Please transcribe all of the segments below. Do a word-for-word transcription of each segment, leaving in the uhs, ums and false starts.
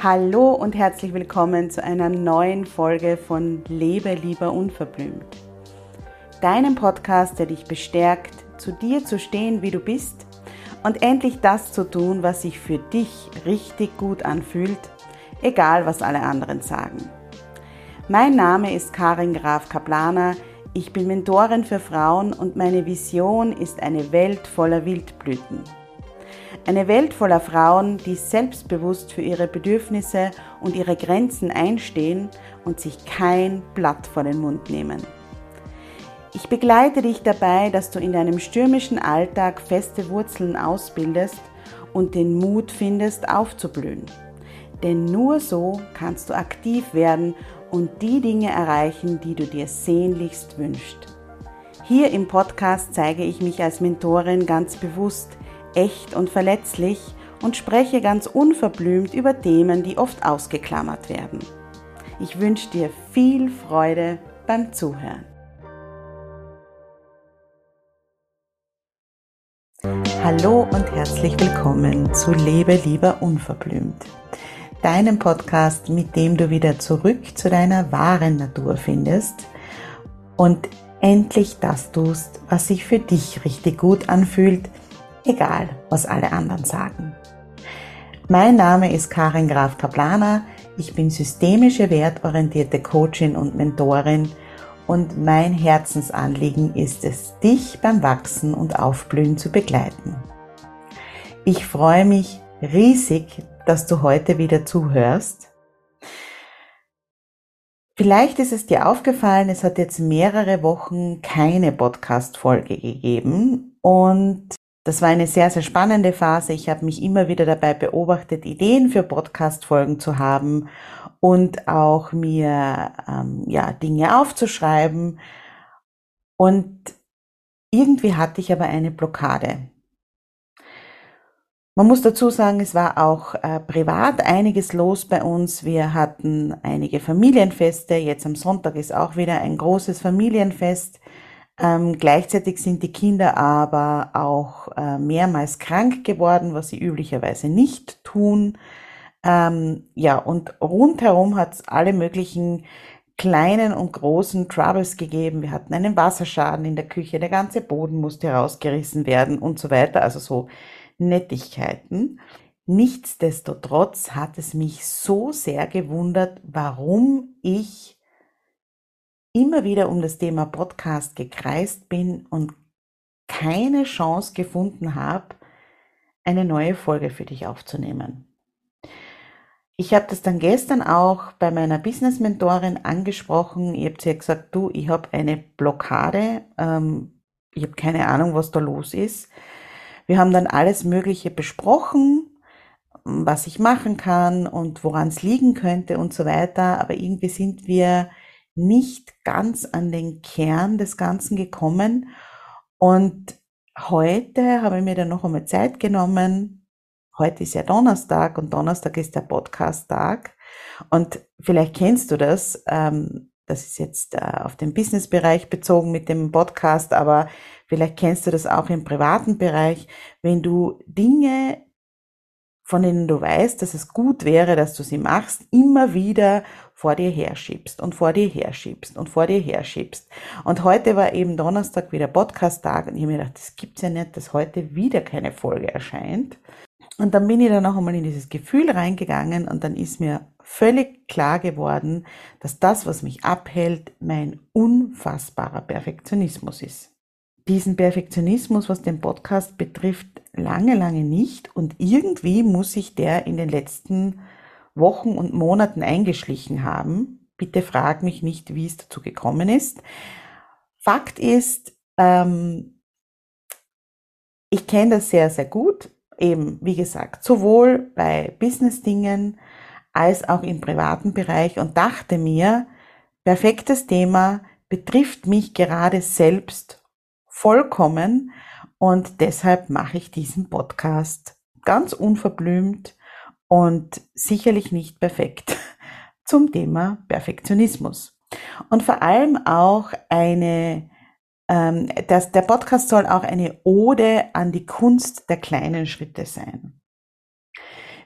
Hallo und herzlich willkommen zu einer neuen Folge von Lebe lieber unverblümt. Deinem Podcast, der dich bestärkt, zu dir zu stehen, wie du bist und endlich das zu tun, was sich für dich richtig gut anfühlt, egal was alle anderen sagen. Mein Name ist Karin Graf Kaplaner, ich bin Mentorin für Frauen und meine Vision ist eine Welt voller Wildblüten. Eine Welt voller Frauen, die selbstbewusst für ihre Bedürfnisse und ihre Grenzen einstehen und sich kein Blatt vor den Mund nehmen. Ich begleite dich dabei, dass du in deinem stürmischen Alltag feste Wurzeln ausbildest und den Mut findest, aufzublühen. Denn nur so kannst du aktiv werden und die Dinge erreichen, die du dir sehnlichst wünschst. Hier im Podcast zeige ich mich als Mentorin ganz bewusst, echt und verletzlich und spreche ganz unverblümt über Themen, die oft ausgeklammert werden. Ich wünsche dir viel Freude beim Zuhören. Hallo und herzlich willkommen zu Lebe lieber unverblümt, deinem Podcast, mit dem du wieder zurück zu deiner wahren Natur findest und endlich das tust, was sich für dich richtig gut anfühlt, egal was alle anderen sagen. Mein Name ist Karin Graf Kaplaner, ich bin systemische wertorientierte Coachin und Mentorin und mein Herzensanliegen ist es, dich beim Wachsen und Aufblühen zu begleiten. Ich freue mich riesig, dass du heute wieder zuhörst. Vielleicht ist es dir aufgefallen, es hat jetzt mehrere Wochen keine Podcast-Folge gegeben und das war eine sehr, sehr spannende Phase. Ich habe mich immer wieder dabei beobachtet, Ideen für Podcast-Folgen zu haben und auch mir ähm, ja, Dinge aufzuschreiben. Und irgendwie hatte ich aber eine Blockade. Man muss dazu sagen, es war auch äh, privat einiges los bei uns. Wir hatten einige Familienfeste. Jetzt am Sonntag ist auch wieder ein großes Familienfest. Ähm, gleichzeitig sind die Kinder aber auch äh, mehrmals krank geworden, was sie üblicherweise nicht tun. Ähm, ja, und rundherum hat es alle möglichen kleinen und großen Troubles gegeben. Wir hatten einen Wasserschaden in der Küche, der ganze Boden musste rausgerissen werden und so weiter. Also so Nettigkeiten. Nichtsdestotrotz hat es mich so sehr gewundert, warum ich immer wieder um das Thema Podcast gekreist bin und keine Chance gefunden habe, eine neue Folge für dich aufzunehmen. Ich habe das dann gestern auch bei meiner Business-Mentorin angesprochen. Ich habe zu ihr gesagt, du, ich habe eine Blockade, ähm, ich habe keine Ahnung, was da los ist. Wir haben dann alles Mögliche besprochen, was ich machen kann und woran es liegen könnte und so weiter, aber irgendwie sind wir nicht ganz an den Kern des Ganzen gekommen. Und heute habe ich mir dann noch einmal Zeit genommen. Heute ist ja Donnerstag und Donnerstag ist der Podcast-Tag. Und vielleicht kennst du das, ähm, das ist jetzt äh, auf den Business-Bereich bezogen mit dem Podcast, aber vielleicht kennst du das auch im privaten Bereich, wenn du Dinge, von denen du weißt, dass es gut wäre, dass du sie machst, immer wieder vor dir herschiebst und vor dir herschiebst und vor dir herschiebst. Und heute war eben Donnerstag wieder Podcast-Tag und ich habe mir gedacht, das gibt's ja nicht, dass heute wieder keine Folge erscheint. Und dann bin ich dann noch einmal in dieses Gefühl reingegangen und dann ist mir völlig klar geworden, dass das, was mich abhält, mein unfassbarer Perfektionismus ist. Diesen Perfektionismus, was den Podcast betrifft, lange, lange nicht und irgendwie muss sich der in den letzten Wochen und Monaten eingeschlichen haben. Bitte frag mich nicht, wie es dazu gekommen ist. Fakt ist, ähm, ich kenne das sehr, sehr gut, eben wie gesagt, sowohl bei Business-Dingen als auch im privaten Bereich und dachte mir, perfektes Thema betrifft mich gerade selbst vollkommen und deshalb mache ich diesen Podcast ganz unverblümt und sicherlich nicht perfekt zum Thema Perfektionismus. Und vor allem auch eine, ähm, das, der Podcast soll auch eine Ode an die Kunst der kleinen Schritte sein.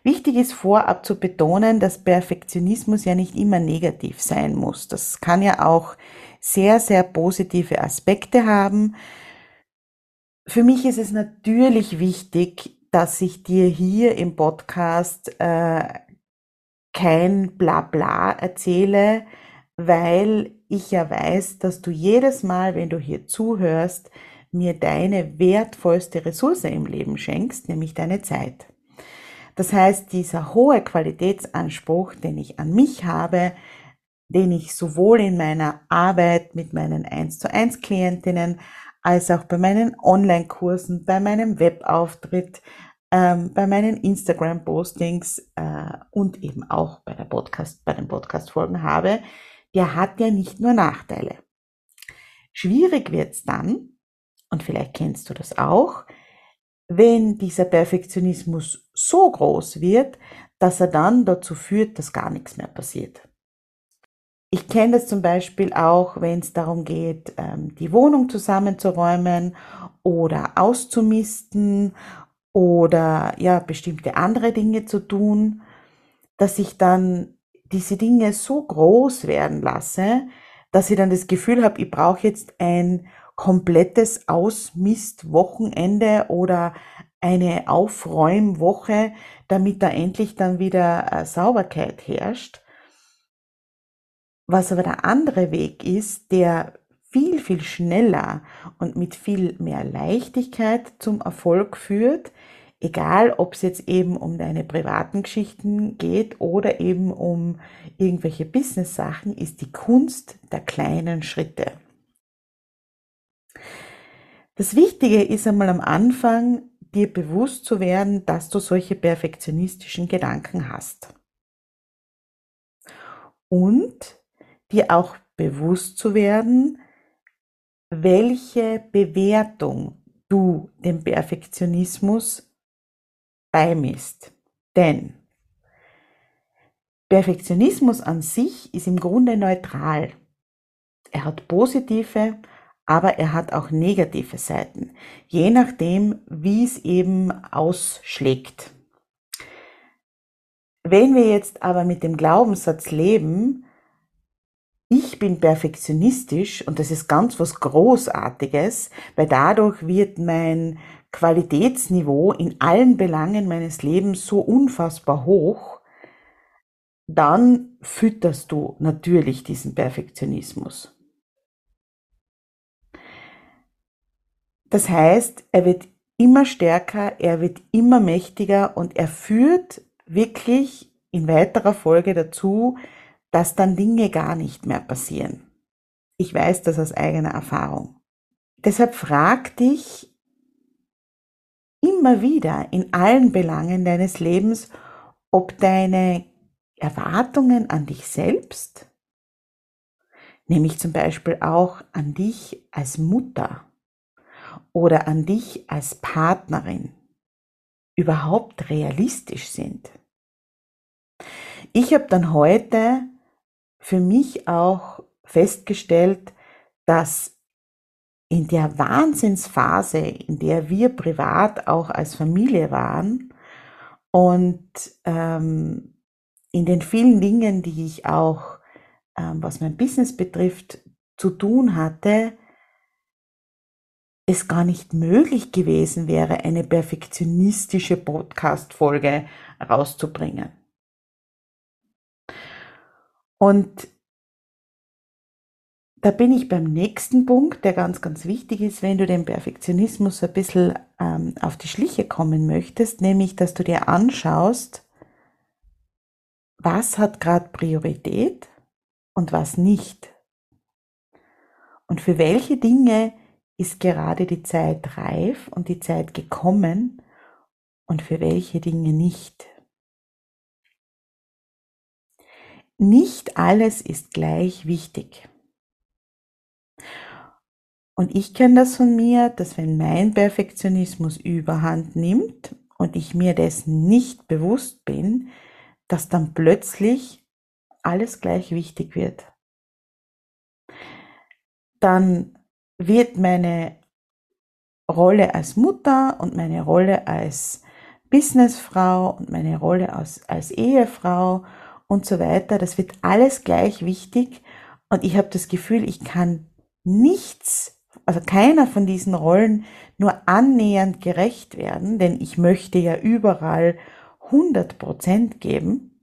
Wichtig ist vorab zu betonen, dass Perfektionismus ja nicht immer negativ sein muss. Das kann ja auch sehr, sehr positive Aspekte haben. Für mich ist es natürlich wichtig, dass ich dir hier im Podcast äh, kein Blabla erzähle, weil ich ja weiß, dass du jedes Mal, wenn du hier zuhörst, mir deine wertvollste Ressource im Leben schenkst, nämlich deine Zeit. Das heißt, dieser hohe Qualitätsanspruch, den ich an mich habe, den ich sowohl in meiner Arbeit mit meinen eins zu eins Klientinnen als auch bei meinen Online-Kursen, bei meinem Webauftritt, ähm, bei meinen Instagram-Postings äh, und eben auch bei, der Podcast, bei den Podcast-Folgen habe, der hat ja nicht nur Nachteile. Schwierig wird's dann, und vielleicht kennst du das auch, wenn dieser Perfektionismus so groß wird, dass er dann dazu führt, dass gar nichts mehr passiert. Ich kenne das zum Beispiel auch, wenn es darum geht, ähm, die Wohnung zusammenzuräumen oder auszumisten oder ja, bestimmte andere Dinge zu tun, dass ich dann diese Dinge so groß werden lasse, dass ich dann das Gefühl habe, ich brauche jetzt ein komplettes Ausmistwochenende oder eine Aufräumwoche, damit da endlich dann wieder äh, Sauberkeit herrscht. Was aber der andere Weg ist, der viel, viel schneller und mit viel mehr Leichtigkeit zum Erfolg führt, egal ob es jetzt eben um deine privaten Geschichten geht oder eben um irgendwelche Business-Sachen, ist die Kunst der kleinen Schritte. Das Wichtige ist einmal am Anfang, dir bewusst zu werden, dass du solche perfektionistischen Gedanken hast. Und dir auch bewusst zu werden, welche Bewertung du dem Perfektionismus beimisst. Denn Perfektionismus an sich ist im Grunde neutral. Er hat positive, aber er hat auch negative Seiten, je nachdem, wie es eben ausschlägt. Wenn wir jetzt aber mit dem Glaubenssatz leben, ich bin perfektionistisch und das ist ganz was Großartiges, weil dadurch wird mein Qualitätsniveau in allen Belangen meines Lebens so unfassbar hoch, dann fütterst du natürlich diesen Perfektionismus. Das heißt, er wird immer stärker, er wird immer mächtiger und er führt wirklich in weiterer Folge dazu, dass dann Dinge gar nicht mehr passieren. Ich weiß das aus eigener Erfahrung. Deshalb frag dich immer wieder in allen Belangen deines Lebens, ob deine Erwartungen an dich selbst, nämlich zum Beispiel auch an dich als Mutter oder an dich als Partnerin, überhaupt realistisch sind. Ich habe dann heute für mich auch festgestellt, dass in der Wahnsinnsphase, in der wir privat auch als Familie waren und ähm, in den vielen Dingen, die ich auch, ähm, was mein Business betrifft, zu tun hatte, es gar nicht möglich gewesen wäre, eine perfektionistische Podcast-Folge rauszubringen. Und da bin ich beim nächsten Punkt, der ganz, ganz wichtig ist, wenn du dem Perfektionismus ein bisschen ähm, auf die Schliche kommen möchtest, nämlich, dass du dir anschaust, was hat gerade Priorität und was nicht. Und für welche Dinge ist gerade die Zeit reif und die Zeit gekommen und für welche Dinge nicht. Nicht alles ist gleich wichtig. Und ich kenne das von mir, dass wenn mein Perfektionismus überhand nimmt und ich mir dessen nicht bewusst bin, dass dann plötzlich alles gleich wichtig wird. Dann wird meine Rolle als Mutter und meine Rolle als Businessfrau und meine Rolle als, als Ehefrau und so weiter. Das wird alles gleich wichtig und ich habe das Gefühl, ich kann nichts, also keiner von diesen Rollen nur annähernd gerecht werden, denn ich möchte ja überall hundert Prozent geben.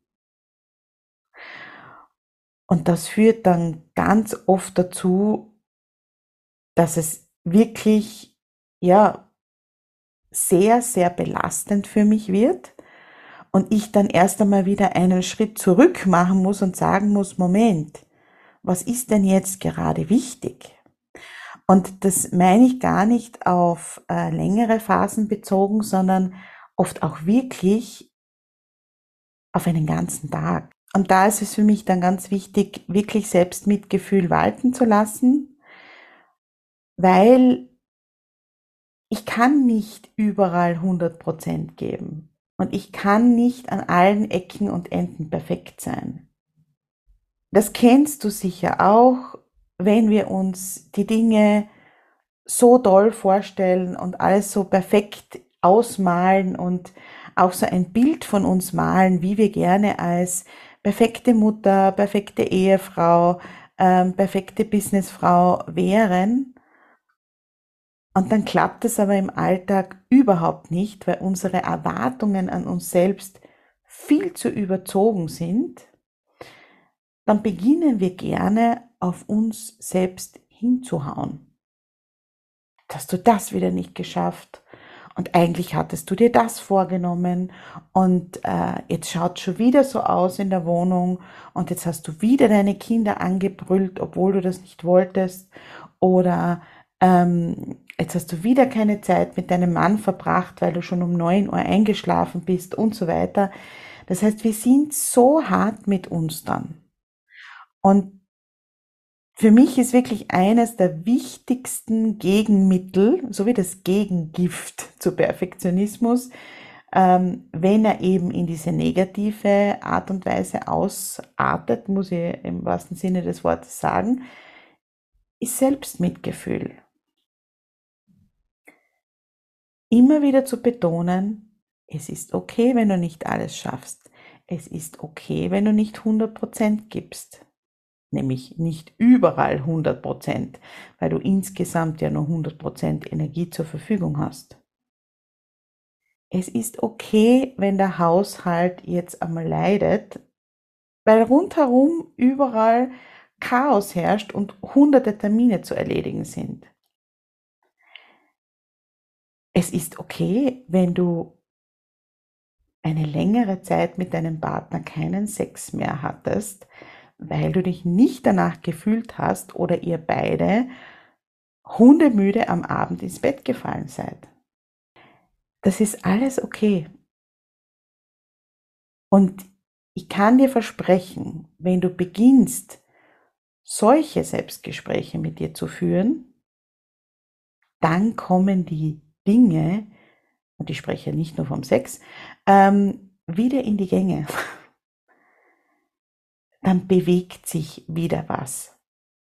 Und das führt dann ganz oft dazu, dass es wirklich, ja, sehr, sehr belastend für mich wird und ich dann erst einmal wieder einen Schritt zurück machen muss und sagen muss, Moment, was ist denn jetzt gerade wichtig? Und das meine ich gar nicht auf äh, längere Phasen bezogen, sondern oft auch wirklich auf einen ganzen Tag. Und da ist es für mich dann ganz wichtig, wirklich Selbstmitgefühl walten zu lassen, weil ich kann nicht überall hundert Prozent geben. Und ich kann nicht an allen Ecken und Enden perfekt sein. Das kennst du sicher auch, wenn wir uns die Dinge so toll vorstellen und alles so perfekt ausmalen und auch so ein Bild von uns malen, wie wir gerne als perfekte Mutter, perfekte Ehefrau, ähm, perfekte Businessfrau wären. Und dann klappt es aber im Alltag überhaupt nicht, weil unsere Erwartungen an uns selbst viel zu überzogen sind. Dann beginnen wir gerne auf uns selbst hinzuhauen. Hast du das wieder nicht geschafft? Und eigentlich hattest du dir das vorgenommen und äh, jetzt schaut schon wieder so aus in der Wohnung und jetzt hast du wieder deine Kinder angebrüllt, obwohl du das nicht wolltest. Oder ähm, jetzt hast du wieder keine Zeit mit deinem Mann verbracht, weil du schon um neun Uhr eingeschlafen bist und so weiter. Das heißt, wir sind so hart mit uns dann. Und für mich ist wirklich eines der wichtigsten Gegenmittel, so wie das Gegengift zu Perfektionismus, ähm, wenn er eben in diese negative Art und Weise ausartet, muss ich im wahrsten Sinne des Wortes sagen, ist Selbstmitgefühl. Immer wieder zu betonen, es ist okay, wenn du nicht alles schaffst. Es ist okay, wenn du nicht hundert Prozent gibst. Nämlich nicht überall hundert Prozent, weil du insgesamt ja nur hundert Prozent Energie zur Verfügung hast. Es ist okay, wenn der Haushalt jetzt einmal leidet, weil rundherum überall Chaos herrscht und hunderte Termine zu erledigen sind. Es ist okay, wenn du eine längere Zeit mit deinem Partner keinen Sex mehr hattest, weil du dich nicht danach gefühlt hast oder ihr beide hundemüde am Abend ins Bett gefallen seid. Das ist alles okay. Und ich kann dir versprechen, wenn du beginnst, solche Selbstgespräche mit dir zu führen, dann kommen die Dinge, und ich spreche nicht nur vom Sex, ähm, wieder in die Gänge. Dann bewegt sich wieder was.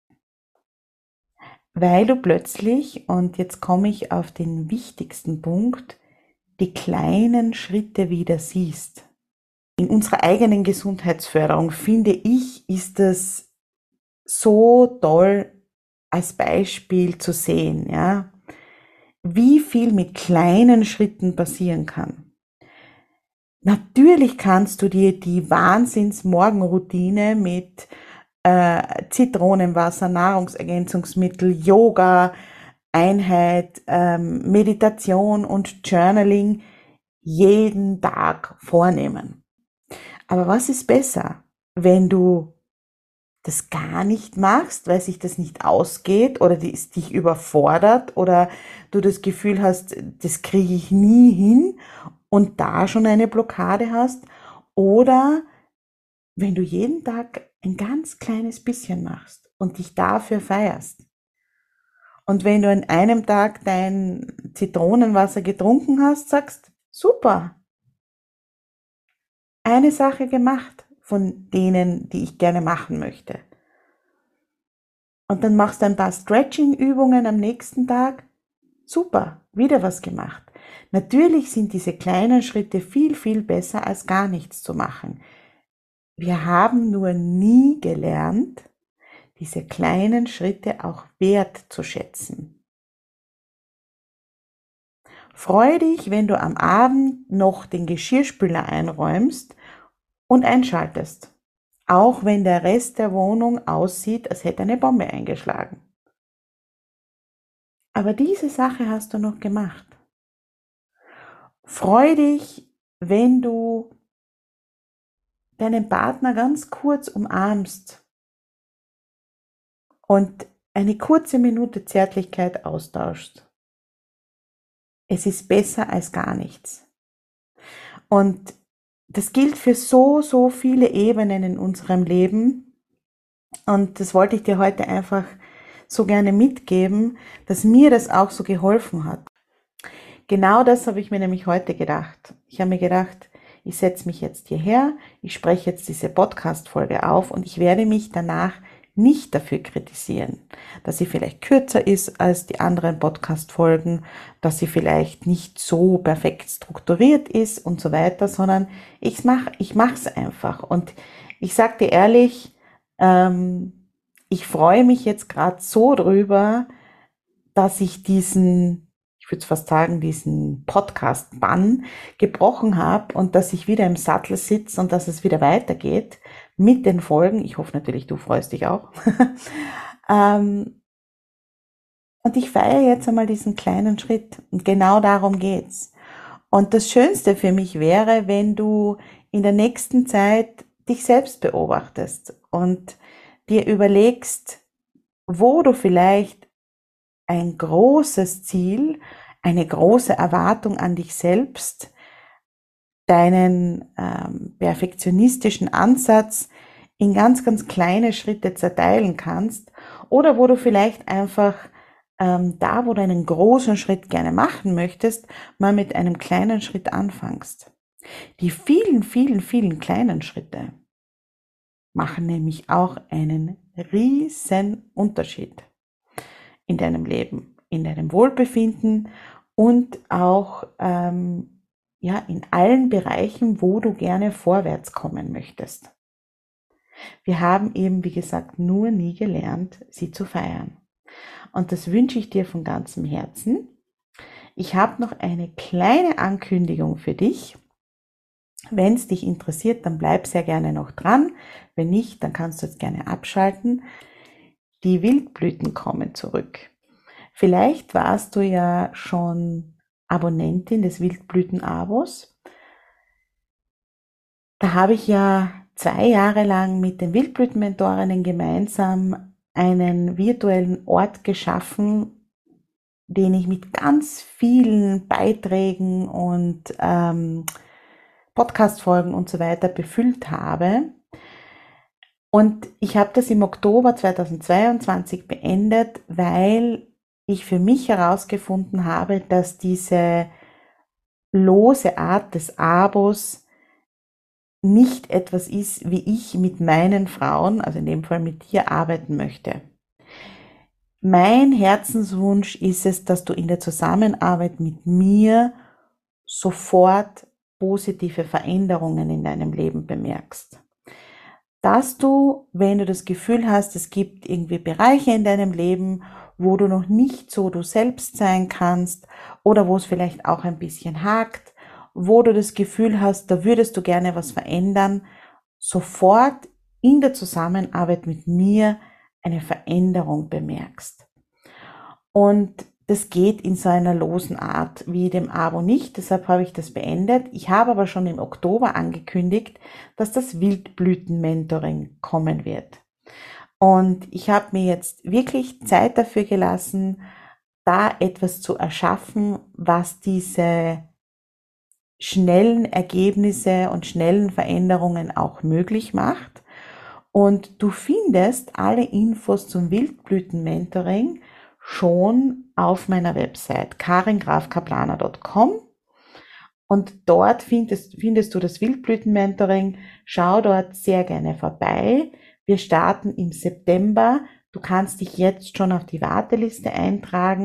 Weil du plötzlich, und jetzt komme ich auf den wichtigsten Punkt, die kleinen Schritte wieder siehst. In unserer eigenen Gesundheitsförderung, finde ich, ist es so toll als Beispiel zu sehen, ja, wie viel mit kleinen Schritten passieren kann. Natürlich kannst du dir die Wahnsinns-Morgenroutine mit äh, Zitronenwasser, Nahrungsergänzungsmittel, Yoga, Einheit, ähm, Meditation und Journaling jeden Tag vornehmen. Aber was ist besser, wenn du das gar nicht machst, weil sich das nicht ausgeht oder es dich überfordert oder du das Gefühl hast, das kriege ich nie hin und da schon eine Blockade hast, oder wenn du jeden Tag ein ganz kleines bisschen machst und dich dafür feierst. Und wenn du an einem Tag dein Zitronenwasser getrunken hast, sagst, super, eine Sache gemacht von denen, die ich gerne machen möchte. Und dann machst du ein paar Stretching-Übungen am nächsten Tag, super, wieder was gemacht. Natürlich sind diese kleinen Schritte viel, viel besser als gar nichts zu machen. Wir haben nur nie gelernt, diese kleinen Schritte auch wertzuschätzen. Freu dich, wenn du am Abend noch den Geschirrspüler einräumst und einschaltest, auch wenn der Rest der Wohnung aussieht, als hätte eine Bombe eingeschlagen. Aber diese Sache hast du noch gemacht. Freu dich, wenn du deinen Partner ganz kurz umarmst und eine kurze Minute Zärtlichkeit austauschst. Es ist besser als gar nichts. Und das gilt für so, so viele Ebenen in unserem Leben. Und das wollte ich dir heute einfach so gerne mitgeben, dass mir das auch so geholfen hat. Genau das habe ich mir nämlich heute gedacht. Ich habe mir gedacht, ich setze mich jetzt hierher, ich spreche jetzt diese Podcast-Folge auf und ich werde mich danach nicht dafür kritisieren, dass sie vielleicht kürzer ist als die anderen Podcast-Folgen, dass sie vielleicht nicht so perfekt strukturiert ist und so weiter, sondern ich mache ich mach's einfach. Und ich sage dir ehrlich, ähm, ich freue mich jetzt gerade so drüber, dass ich diesen, ich würde fast sagen, diesen Podcast-Bann gebrochen habe und dass ich wieder im Sattel sitze und dass es wieder weitergeht mit den Folgen. Ich hoffe natürlich, du freust dich auch. ähm, und ich feiere jetzt einmal diesen kleinen Schritt und genau darum geht's. Und das Schönste für mich wäre, wenn du in der nächsten Zeit dich selbst beobachtest und dir überlegst, wo du vielleicht ein großes Ziel, eine große Erwartung an dich selbst, deinen ähm, perfektionistischen Ansatz in ganz, ganz kleine Schritte zerteilen kannst oder wo du vielleicht einfach ähm, da, wo du einen großen Schritt gerne machen möchtest, mal mit einem kleinen Schritt anfängst. Die vielen, vielen, vielen kleinen Schritte machen nämlich auch einen riesen Unterschied in deinem Leben, in deinem Wohlbefinden und auch ähm, ja, in allen Bereichen, wo du gerne vorwärts kommen möchtest. Wir haben eben, wie gesagt, nur nie gelernt, sie zu feiern. Und das wünsche ich dir von ganzem Herzen. Ich habe noch eine kleine Ankündigung für dich. Wenn es dich interessiert, dann bleib sehr gerne noch dran. Wenn nicht, dann kannst du jetzt gerne abschalten. Die Wildblüten kommen zurück. Vielleicht warst du ja schon Abonnentin des Wildblüten-Abos. Da habe ich ja zwei Jahre lang mit den Wildblüten-Mentorinnen gemeinsam einen virtuellen Ort geschaffen, den ich mit ganz vielen Beiträgen und ähm, Podcast-Folgen und so weiter befüllt habe. Und ich habe das im Oktober zweitausendzweiundzwanzig beendet, weil ich für mich herausgefunden habe, dass diese lose Art des Abos nicht etwas ist, wie ich mit meinen Frauen, also in dem Fall mit dir, arbeiten möchte. Mein Herzenswunsch ist es, dass du in der Zusammenarbeit mit mir sofort positive Veränderungen in deinem Leben bemerkst. Dass du, wenn du das Gefühl hast, es gibt irgendwie Bereiche in deinem Leben, wo du noch nicht so du selbst sein kannst oder wo es vielleicht auch ein bisschen hakt, wo du das Gefühl hast, da würdest du gerne was verändern, sofort in der Zusammenarbeit mit mir eine Veränderung bemerkst. Und das geht in so einer losen Art wie dem Abo nicht, deshalb habe ich das beendet. Ich habe aber schon im Oktober angekündigt, dass das Wildblüten-Mentoring kommen wird. Und ich habe mir jetzt wirklich Zeit dafür gelassen, da etwas zu erschaffen, was diese schnellen Ergebnisse und schnellen Veränderungen auch möglich macht. Und du findest alle Infos zum Wildblüten-Mentoring schon auf meiner Website karin graf kaplaner punkt com und dort findest, findest du das Wildblüten-Mentoring. Schau dort sehr gerne vorbei. Wir starten im September. Du kannst dich jetzt schon auf die Warteliste eintragen.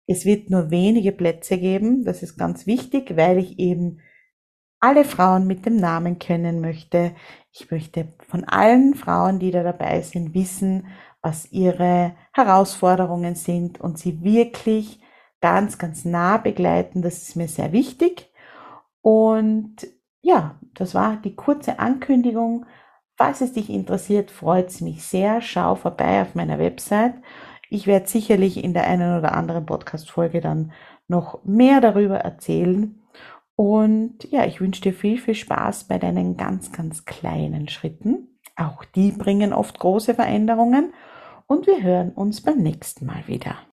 Es wird nur wenige Plätze geben, das ist ganz wichtig, weil ich eben alle Frauen mit dem Namen kennen möchte. Ich möchte von allen Frauen, die da dabei sind, wissen, was ihre Herausforderungen sind und sie wirklich ganz, ganz nah begleiten. Das ist mir sehr wichtig. Und ja, das war die kurze Ankündigung. Falls es dich interessiert, freut es mich sehr. Schau vorbei auf meiner Website. Ich werde sicherlich in der einen oder anderen Podcast-Folge dann noch mehr darüber erzählen. Und ja, ich wünsche dir viel, viel Spaß bei deinen ganz, ganz kleinen Schritten. Auch die bringen oft große Veränderungen. Und wir hören uns beim nächsten Mal wieder.